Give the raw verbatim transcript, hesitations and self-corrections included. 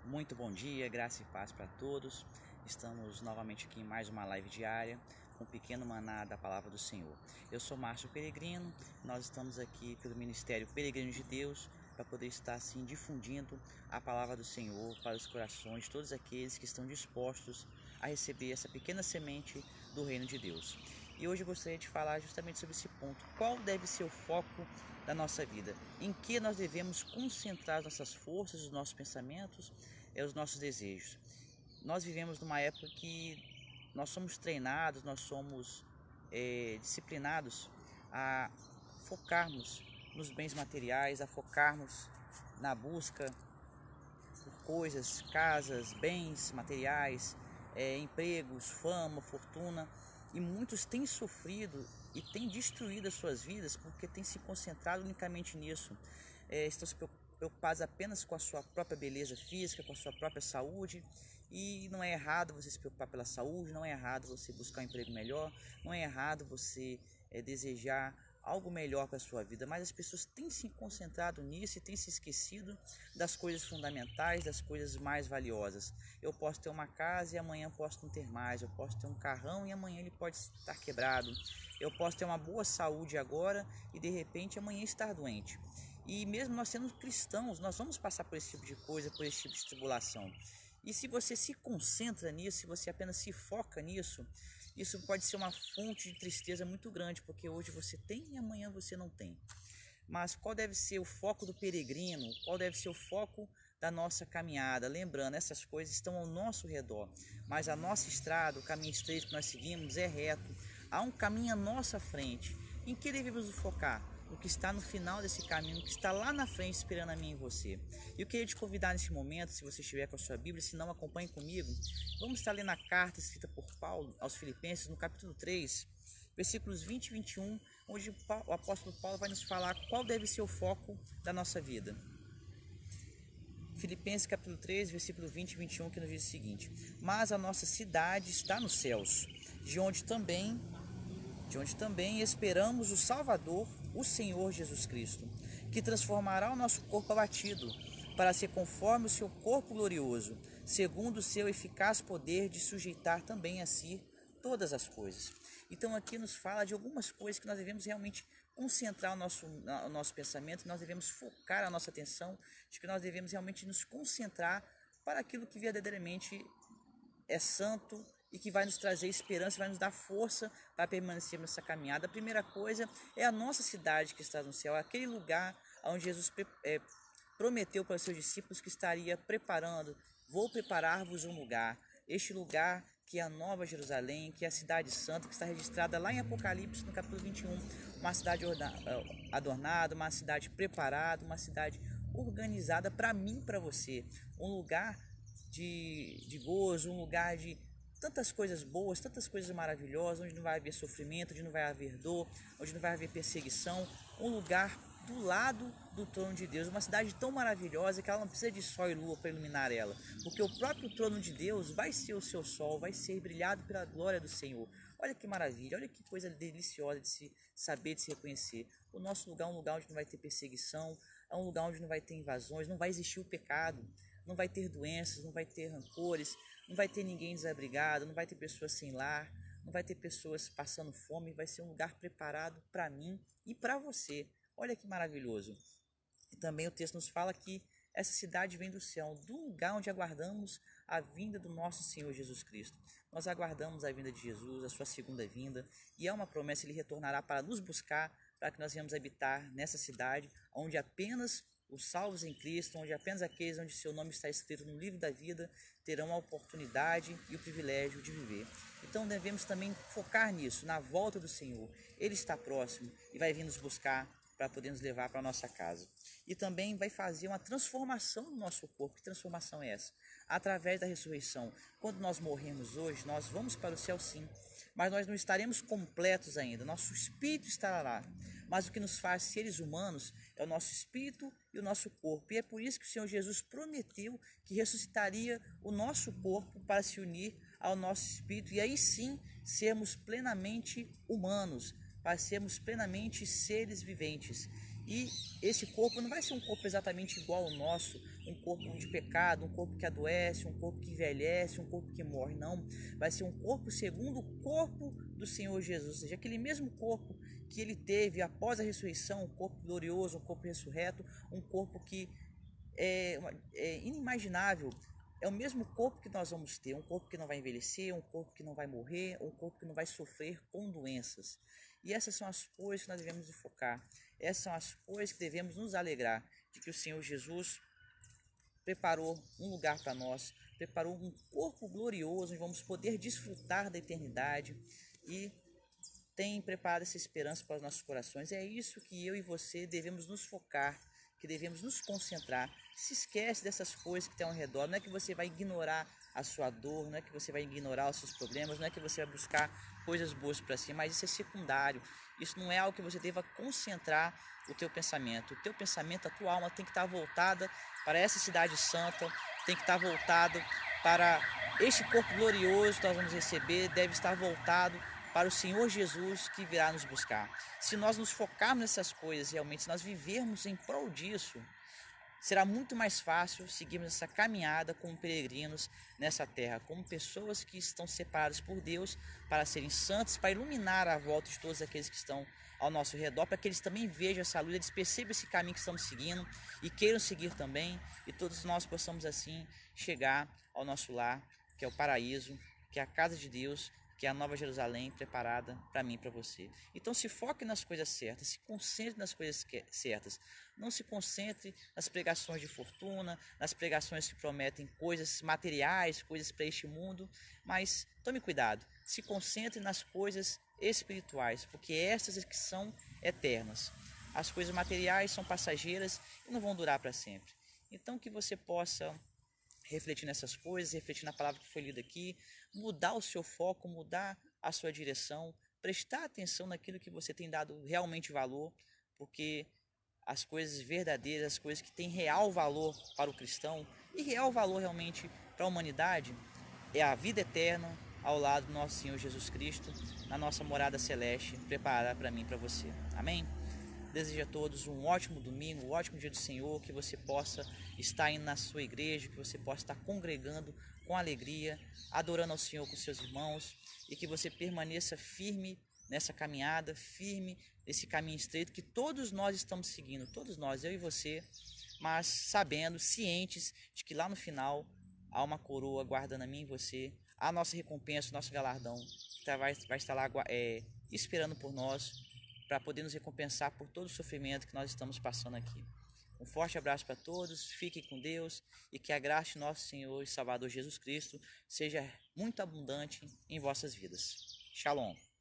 Muito bom dia, graça e paz para todos. Estamos novamente aqui em mais uma live diária com um pequeno maná da palavra do Senhor. Eu sou Márcio Peregrino, nós estamos aqui pelo Ministério Peregrino de Deus para poder estar assim difundindo a palavra do Senhor para os corações de todos aqueles que estão dispostos a receber essa pequena semente do reino de Deus. E hoje eu gostaria de falar justamente sobre esse ponto. Qual deve ser o foco da nossa vida? Em que nós devemos concentrar as nossas forças, os nossos pensamentos e os nossos desejos? Nós vivemos numa época que nós somos treinados, nós somos é, disciplinados a focarmos nos bens materiais, a focarmos na busca por coisas, casas, bens materiais, é, empregos, fama, fortuna. E muitos têm sofrido e têm destruído as suas vidas porque têm se concentrado unicamente nisso. É, estão se preocupados apenas com a sua própria beleza física, com a sua própria saúde. E não é errado você se preocupar pela saúde, não é errado você buscar um emprego melhor, não é errado você é, desejar algo melhor para a sua vida, mas as pessoas têm se concentrado nisso e têm se esquecido das coisas fundamentais, das coisas mais valiosas. Eu posso ter uma casa e amanhã posso não ter mais, eu posso ter um carrão e amanhã ele pode estar quebrado, eu posso ter uma boa saúde agora e de repente amanhã estar doente. E mesmo nós sendo cristãos, nós vamos passar por esse tipo de coisa, por esse tipo de tribulação. E se você se concentra nisso, se você apenas se foca nisso, isso pode ser uma fonte de tristeza muito grande, porque hoje você tem e amanhã você não tem. Mas qual deve ser o foco do peregrino? Qual deve ser o foco da nossa caminhada? Lembrando, essas coisas estão ao nosso redor, mas a nossa estrada, o caminho estreito que nós seguimos é reto. Há um caminho à nossa frente. Em que devemos focar? O que está no final desse caminho, o que está lá na frente esperando a mim e você. E eu queria te convidar nesse momento, se você estiver com a sua Bíblia, se não, acompanhe comigo. Vamos estar lendo a carta escrita por Paulo aos Filipenses, no capítulo três, versículos vinte e vinte e um, onde o apóstolo Paulo vai nos falar qual deve ser o foco da nossa vida. Filipenses capítulo três, versículo vinte e vinte e um, que nos diz o seguinte: mas a nossa cidade está nos céus, de onde também de onde também esperamos o Salvador, o Senhor Jesus Cristo, que transformará o nosso corpo abatido, para ser conforme o seu corpo glorioso, segundo o seu eficaz poder de sujeitar também a si todas as coisas. Então aqui nos fala de algumas coisas que nós devemos realmente concentrar o nosso, o nosso pensamento, nós devemos focar a nossa atenção, de que nós devemos realmente nos concentrar para aquilo que verdadeiramente é santo e que vai nos trazer esperança, vai nos dar força para permanecer nessa caminhada. A primeira coisa é a nossa cidade que está no céu, aquele lugar onde Jesus é, prometeu para os seus discípulos que estaria preparando. Vou preparar-vos um lugar, este lugar que é a Nova Jerusalém, que é a cidade santa, que está registrada lá em Apocalipse, no capítulo vinte e um, uma cidade adornada, uma cidade preparada, uma cidade organizada para mim e para você, um lugar de, de gozo, um lugar de tantas coisas boas, tantas coisas maravilhosas, onde não vai haver sofrimento, onde não vai haver dor, onde não vai haver perseguição, um lugar do lado do trono de Deus, uma cidade tão maravilhosa que ela não precisa de sol e lua para iluminar ela, porque o próprio trono de Deus vai ser o seu sol, vai ser brilhado pela glória do Senhor. Olha que maravilha, olha que coisa deliciosa de se saber, de se reconhecer. O nosso lugar é um lugar onde não vai ter perseguição, é um lugar onde não vai ter invasões, não vai existir o pecado, não vai ter doenças, não vai ter rancores, não vai ter ninguém desabrigado, não vai ter pessoas sem lar, não vai ter pessoas passando fome, vai ser um lugar preparado para mim e para você. Olha que maravilhoso. E também o texto nos fala que essa cidade vem do céu, do lugar onde aguardamos a vinda do nosso Senhor Jesus Cristo. Nós aguardamos a vinda de Jesus, a sua segunda vinda, e é uma promessa, ele retornará para nos buscar, para que nós venhamos habitar nessa cidade, onde apenas os salvos em Cristo, onde apenas aqueles onde seu nome está escrito no livro da vida terão a oportunidade e o privilégio de viver. Então devemos também focar nisso, na volta do Senhor. Ele está próximo e vai vir nos buscar para poder nos levar para a nossa casa. E também vai fazer uma transformação no nosso corpo. Que transformação é essa? Através da ressurreição. Quando nós morremos hoje, nós vamos para o céu sim, mas nós não estaremos completos ainda, nosso espírito estará lá. Mas o que nos faz seres humanos é o nosso espírito e o nosso corpo. E é por isso que o Senhor Jesus prometeu que ressuscitaria o nosso corpo para se unir ao nosso espírito. E aí sim, sermos plenamente humanos, para sermos plenamente seres viventes. E esse corpo não vai ser um corpo exatamente igual ao nosso, um corpo de pecado, um corpo que adoece, um corpo que envelhece, um corpo que morre, não. Vai ser um corpo segundo o corpo do Senhor Jesus, ou seja, aquele mesmo corpo que ele teve após a ressurreição, um corpo glorioso, um corpo ressurreto, um corpo que é, é inimaginável. É o mesmo corpo que nós vamos ter, um corpo que não vai envelhecer, um corpo que não vai morrer, um corpo que não vai sofrer com doenças. E essas são as coisas que nós devemos focar, essas são as coisas que devemos nos alegrar, de que o Senhor Jesus preparou um lugar para nós, preparou um corpo glorioso, onde vamos poder desfrutar da eternidade e tem preparado essa esperança para os nossos corações. É isso que eu e você devemos nos focar, que devemos nos concentrar. Se esquece dessas coisas que estão ao redor. Não é que você vai ignorar a sua dor, não é que você vai ignorar os seus problemas, não é que você vai buscar coisas boas para si, mas isso é secundário. Isso não é algo que você deva concentrar o teu pensamento. O teu pensamento, a tua alma tem que estar voltada para essa cidade santa, tem que estar voltado para este corpo glorioso que nós vamos receber, deve estar voltado para o Senhor Jesus que virá nos buscar. Se nós nos focarmos nessas coisas realmente, se nós vivermos em prol disso, será muito mais fácil seguirmos essa caminhada como peregrinos nessa terra, como pessoas que estão separadas por Deus para serem santos, para iluminar a volta de todos aqueles que estão ao nosso redor, para que eles também vejam essa luz, eles percebam esse caminho que estamos seguindo e queiram seguir também, e todos nós possamos assim chegar ao nosso lar, que é o paraíso, que é a casa de Deus, que é a Nova Jerusalém preparada para mim e para você. Então se foque nas coisas certas, se concentre nas coisas certas. Não se concentre nas pregações de fortuna, nas pregações que prometem coisas materiais, coisas para este mundo, mas tome cuidado, se concentre nas coisas espirituais, porque essas é que são eternas. As coisas materiais são passageiras e não vão durar para sempre. Então que você possa refletir nessas coisas, refletir na palavra que foi lida aqui, mudar o seu foco, mudar a sua direção, prestar atenção naquilo que você tem dado realmente valor, porque as coisas verdadeiras, as coisas que têm real valor para o cristão e real valor realmente para a humanidade, é a vida eterna ao lado do nosso Senhor Jesus Cristo, na nossa morada celeste, preparada para mim e para você. Amém? Desejo a todos um ótimo domingo, um ótimo dia do Senhor, que você possa estar indo na sua igreja, que você possa estar congregando com alegria, adorando ao Senhor com seus irmãos, e que você permaneça firme nessa caminhada, firme nesse caminho estreito que todos nós estamos seguindo, todos nós, eu e você, mas sabendo, cientes de que lá no final há uma coroa guardando a mim e você, a nossa recompensa, o nosso galardão, que vai, vai estar lá é, esperando por nós, para poder nos recompensar por todo o sofrimento que nós estamos passando aqui. Um forte abraço para todos, fiquem com Deus e que a graça de nosso Senhor e Salvador Jesus Cristo seja muito abundante em vossas vidas. Shalom.